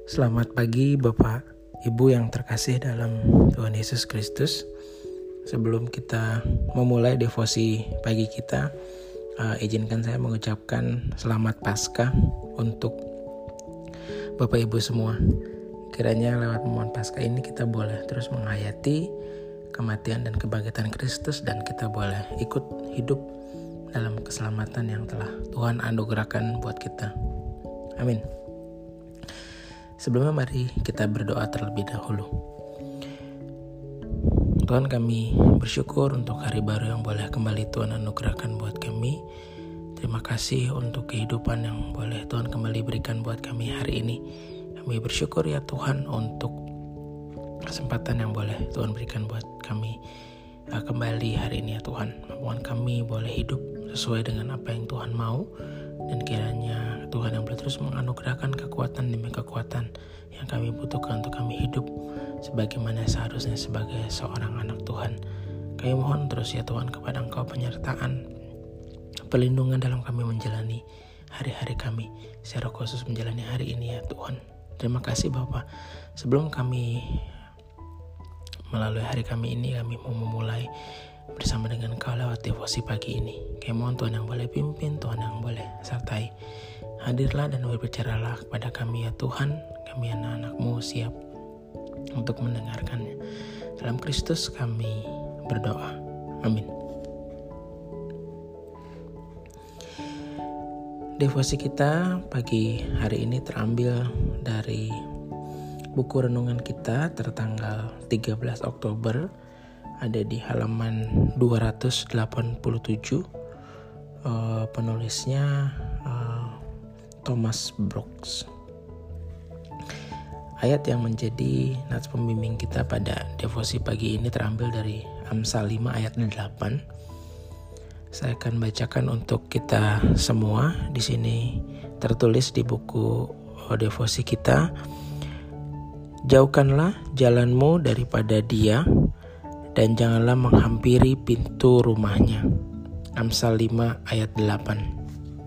Selamat pagi Bapak, Ibu yang terkasih dalam Tuhan Yesus Kristus. Sebelum kita memulai devosi pagi kita, izinkan saya mengucapkan selamat Paskah untuk Bapak Ibu semua. Kiranya lewat momen Paskah ini kita boleh terus menghayati kematian dan kebangkitan Kristus, dan kita boleh ikut hidup dalam keselamatan yang telah Tuhan anugerahkan buat kita. Amin. Sebelumnya mari kita berdoa terlebih dahulu. Tuhan, kami bersyukur untuk hari baru yang boleh kembali Tuhan anugerahkan buat kami. Terima kasih untuk kehidupan yang boleh Tuhan kembali berikan buat kami hari ini. Kami bersyukur ya Tuhan untuk kesempatan yang boleh Tuhan berikan buat kami kembali hari ini ya Tuhan. Mohon kami boleh hidup sesuai dengan apa yang Tuhan mau, dan kiranya Tuhan yang boleh terus menganugerahkan kekuatan demi kekuatan yang kami butuhkan untuk kami hidup sebagaimana seharusnya sebagai seorang anak Tuhan. Kami mohon terus ya Tuhan kepada Engkau penyertaan, perlindungan dalam kami menjalani hari-hari kami, secara khusus menjalani hari ini ya Tuhan. Terima kasih Bapa. Sebelum kami melalui hari kami ini, kami mau memulai bersama dengan Kau lewat devosi pagi ini. Kami mohon Tuhan yang boleh pimpin, Tuhan yang boleh sertai. Hadirlah dan berbicaralah kepada kami ya Tuhan. Kami anak-anak-Mu siap untuk mendengarkannya. Dalam Kristus kami berdoa. Amin. Devosi kita pagi hari ini terambil dari buku renungan kita tertanggal 13 Oktober, ada di halaman 287. Penulisnya Thomas Brooks. Ayat yang menjadi nats pembimbing kita pada devosi pagi ini terambil dari Amsal 5 ayat 8. Saya akan bacakan untuk kita semua. Di sini tertulis di buku devosi kita, jauhkanlah jalanmu daripada dia, dan janganlah menghampiri pintu rumahnya. Amsal 5 ayat 8.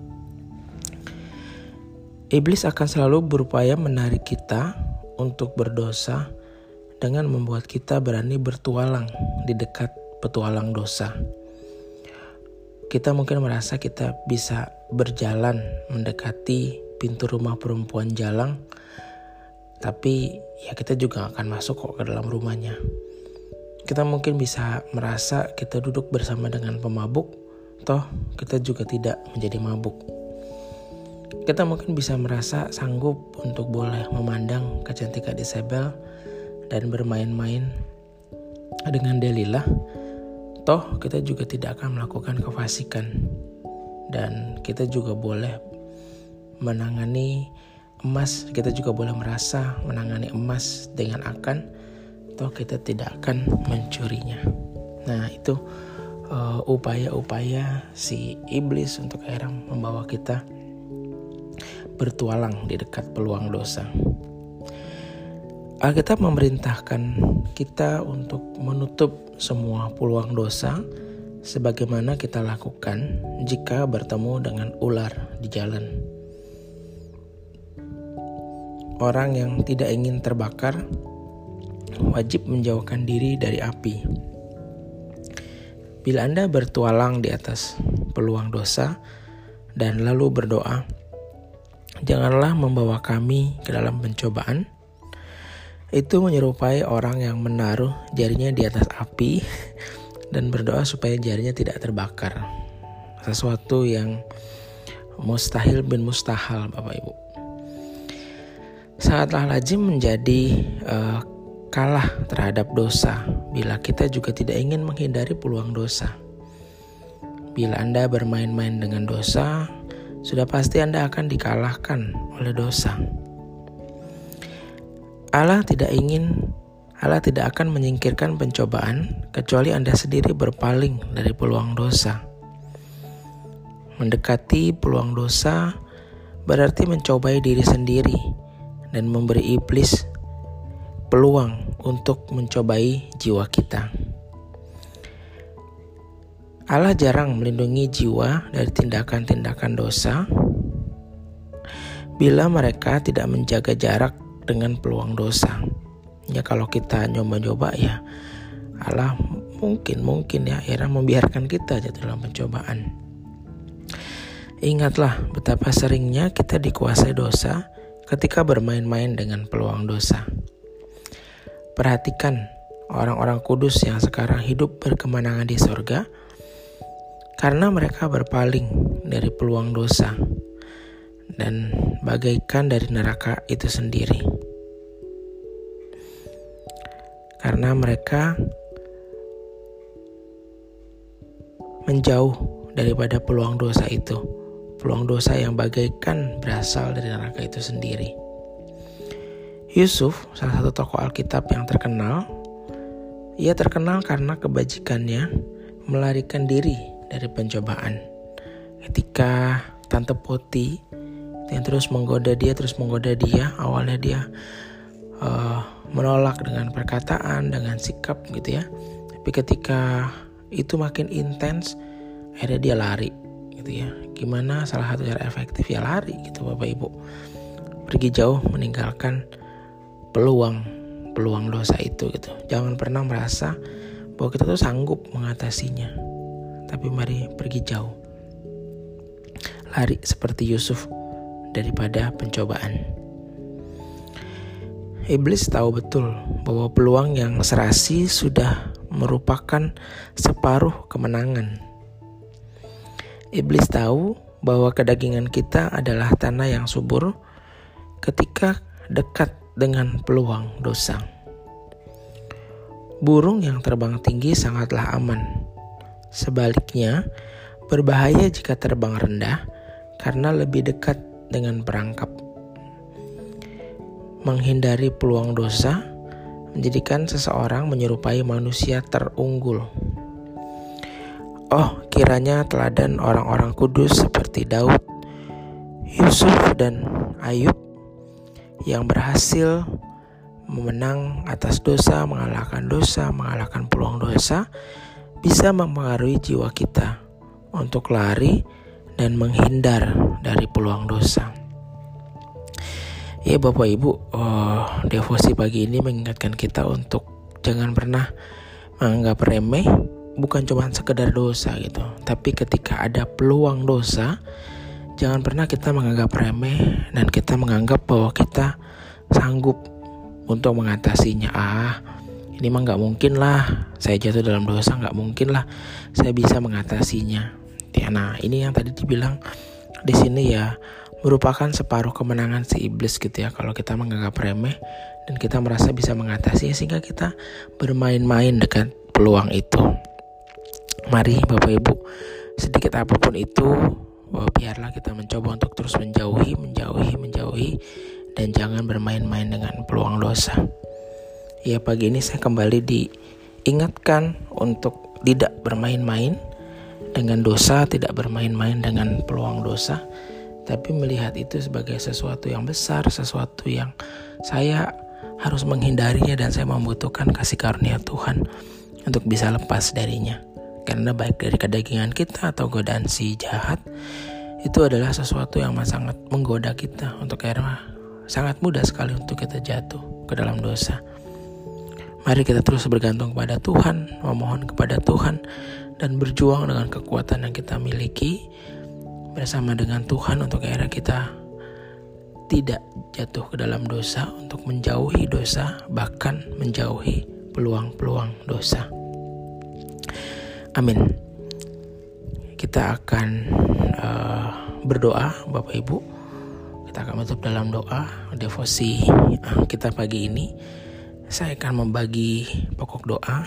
Iblis akan selalu berupaya menarik kita untuk berdosa dengan membuat kita berani bertualang di dekat petualang dosa. Kita mungkin merasa kita bisa berjalan mendekati pintu rumah perempuan jalang, tapi ya kita juga akan masuk kok ke dalam rumahnya. Kita mungkin bisa merasa kita duduk bersama dengan pemabuk, toh kita juga tidak menjadi mabuk. Kita mungkin bisa merasa sanggup untuk boleh memandang kecantikan Isabel dan bermain-main dengan Delilah, toh kita juga tidak akan melakukan kefasikan. Dan kita juga boleh menangani emas, kita juga boleh merasa menangani emas dengan akan, toh kita tidak akan mencurinya. Nah, itu upaya-upaya si iblis untuk akhirnya membawa kita bertualang di dekat peluang dosa. Alkitab memerintahkan kita untuk menutup semua peluang dosa sebagaimana kita lakukan jika bertemu dengan ular di jalan. Orang yang tidak ingin terbakar wajib menjauhkan diri dari api. Bila Anda bertualang di atas peluang dosa dan lalu berdoa, janganlah membawa kami ke dalam pencobaan, itu menyerupai orang yang menaruh jarinya di atas api dan berdoa supaya jarinya tidak terbakar. Sesuatu yang mustahil bin mustahil, Bapak Ibu. Sangatlah lazim menjadi kalah terhadap dosa bila kita juga tidak ingin menghindari peluang dosa. Bila Anda bermain-main dengan dosa, sudah pasti Anda akan dikalahkan oleh dosa. Allah tidak akan menyingkirkan pencobaan kecuali Anda sendiri berpaling dari peluang dosa. Mendekati peluang dosa berarti mencobai diri sendiri dan memberi iblis peluang untuk mencobai jiwa kita. Allah jarang melindungi jiwa dari tindakan-tindakan dosa bila mereka tidak menjaga jarak dengan peluang dosa. Ya kalau kita nyoba-nyoba ya Allah mungkin ya akhirnya membiarkan kita jatuh dalam pencobaan. Ingatlah betapa seringnya kita dikuasai dosa ketika bermain-main dengan peluang dosa. Perhatikan orang-orang kudus yang sekarang hidup berkemenangan di sorga karena mereka berpaling dari peluang dosa dan bagaikan dari neraka itu sendiri. Karena mereka menjauh daripada peluang dosa itu. Peluang dosa yang bagaikan berasal dari neraka itu sendiri. Yusuf, salah satu tokoh Alkitab yang terkenal, ia terkenal karena kebajikannya melarikan diri dari pencobaan. Ketika Tante Poti yang terus menggoda dia, awalnya dia menolak dengan perkataan, dengan sikap gitu ya. Tapi ketika itu makin intens, akhirnya dia lari gitu ya. Gimana salah satu cara efektif ya lari gitu Bapak Ibu. Pergi jauh meninggalkan peluang dosa itu gitu. Jangan pernah merasa bahwa kita tuh sanggup mengatasinya. Tapi mari pergi jauh. Lari seperti Yusuf daripada pencobaan. Iblis tahu betul bahwa peluang yang serasi sudah merupakan separuh kemenangan. Iblis tahu bahwa kedagingan kita adalah tanah yang subur ketika dekat dengan peluang dosa. Burung yang terbang tinggi sangatlah aman. Sebaliknya, berbahaya jika terbang rendah karena lebih dekat dengan perangkap. Menghindari peluang dosa menjadikan seseorang menyerupai manusia terunggul. Oh, kiranya teladan orang-orang kudus seperti Daud, Yusuf, dan Ayub yang berhasil memenang atas dosa, mengalahkan peluang dosa, bisa mempengaruhi jiwa kita untuk lari dan menghindar dari peluang dosa. Ya Bapak Ibu, devosi pagi ini mengingatkan kita untuk jangan pernah menganggap remeh bukan cuma sekedar dosa gitu. Tapi ketika ada peluang dosa, jangan pernah kita menganggap remeh dan kita menganggap bahwa kita sanggup untuk mengatasinya. Ini mah gak mungkin lah saya jatuh dalam dosa, gak mungkin lah saya bisa mengatasinya. Ya, nah ini yang tadi dibilang di sini ya merupakan separuh kemenangan si iblis gitu ya. Kalau kita menganggap remeh dan kita merasa bisa mengatasinya sehingga kita bermain-main dengan peluang itu. Mari Bapak Ibu, sedikit apapun itu, biarlah kita mencoba untuk terus menjauhi dan jangan bermain-main dengan peluang dosa. Ya pagi ini saya kembali diingatkan untuk tidak bermain-main dengan dosa, tidak bermain-main dengan peluang dosa, tapi melihat itu sebagai sesuatu yang besar, sesuatu yang saya harus menghindarinya dan saya membutuhkan kasih karunia Tuhan untuk bisa lepas darinya. Karena baik dari kedagingan kita atau godaan si jahat, itu adalah sesuatu yang sangat menggoda kita untuk akhirnya sangat mudah sekali untuk kita jatuh ke dalam dosa. Mari kita terus bergantung kepada Tuhan, memohon kepada Tuhan, dan berjuang dengan kekuatan yang kita miliki bersama dengan Tuhan untuk akhirnya kita tidak jatuh ke dalam dosa, untuk menjauhi dosa, bahkan menjauhi peluang-peluang dosa. Amin. Kita akan berdoa Bapak Ibu. Kita akan menutup dalam doa devosi kita pagi ini. Saya akan membagi pokok doa.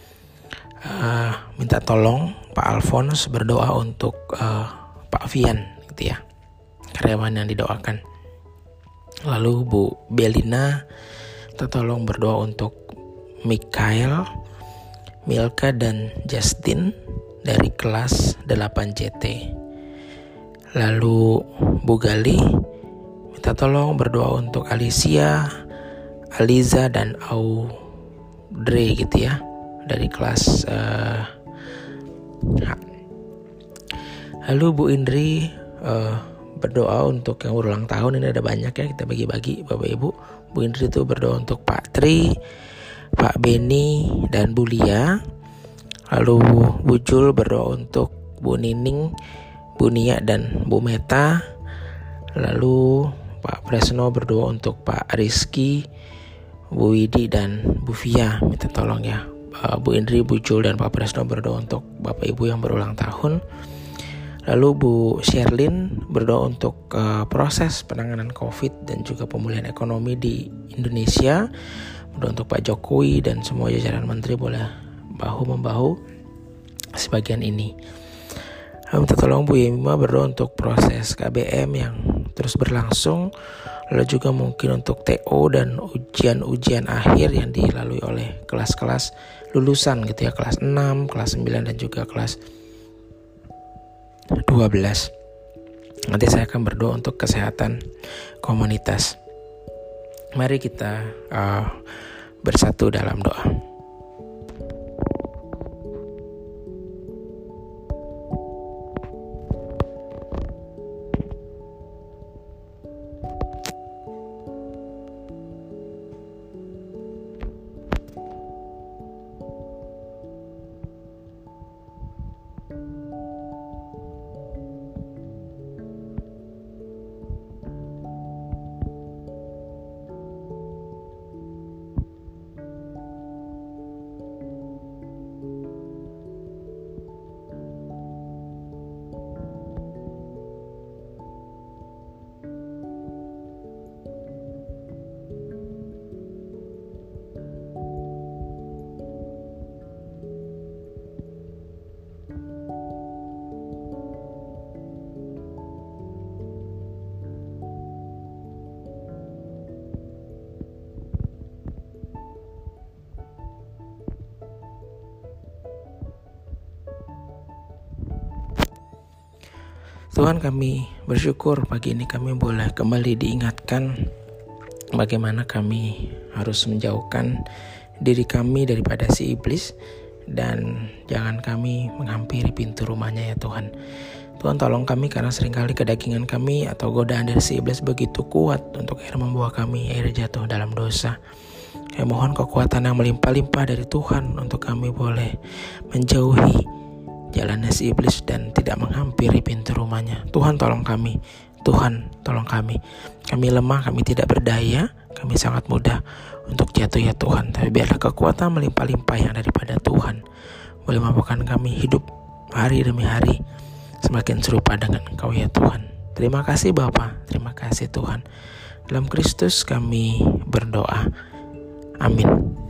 Minta tolong Pak Alphonse berdoa untuk Pak Fian gitu ya, karyawan yang didoakan. Lalu Bu Belina minta tolong berdoa untuk Mikael, Milka, dan Justin dari kelas 8CT. Lalu Bu Gali minta tolong berdoa untuk Alicia, Aliza, dan Audrey gitu ya, dari kelas H. Lalu Bu Indri berdoa untuk yang berulang tahun. Ini ada banyak ya, kita bagi-bagi Bapak Ibu. Bu Indri itu berdoa untuk Pak Tri, Pak Beni, dan Bu Lia. Lalu Bu Jul berdoa untuk Bu Nining, Bu Nia, dan Bu Meta. Lalu Pak Presno berdoa untuk Pak Rizky, Bu Widi, dan Bu Via. Minta tolong ya, Bu Indri, Bu Jul, dan Pak Presno berdoa untuk Bapak Ibu yang berulang tahun. Lalu Bu Sherlyn berdoa untuk proses penanganan COVID dan juga pemulihan ekonomi di Indonesia. Berdoa untuk Pak Jokowi dan semua jajaran menteri boleh bahu-membahu sebagian ini. Minta tolong Bu Yemima berdoa untuk proses KBM yang terus berlangsung. Lalu juga mungkin untuk TO dan ujian-ujian akhir yang dilalui oleh kelas-kelas lulusan gitu ya, kelas 6, kelas 9, dan juga kelas 12. Nanti saya akan berdoa untuk kesehatan komunitas. Mari kita bersatu dalam doa. Tuhan, kami bersyukur pagi ini kami boleh kembali diingatkan bagaimana kami harus menjauhkan diri kami daripada si iblis, dan jangan kami menghampiri pintu rumahnya ya Tuhan. Tuhan, tolong kami karena seringkali kedagingan kami atau godaan dari si iblis begitu kuat untuk membawa kami jatuh dalam dosa. Kami mohon kekuatan yang melimpah-limpah dari Tuhan untuk kami boleh menjauhi jalannya si iblis dan tidak menghampiri pintu rumahnya. Tuhan, tolong kami. Tuhan, tolong kami. Kami lemah, kami tidak berdaya, kami sangat mudah untuk jatuh ya Tuhan. Tapi biarlah kekuatan melimpah-limpah yang daripada Tuhan boleh mampukan kami hidup hari demi hari semakin serupa dengan Engkau ya Tuhan. Terima kasih Bapa, terima kasih Tuhan. Dalam Kristus kami berdoa. Amin.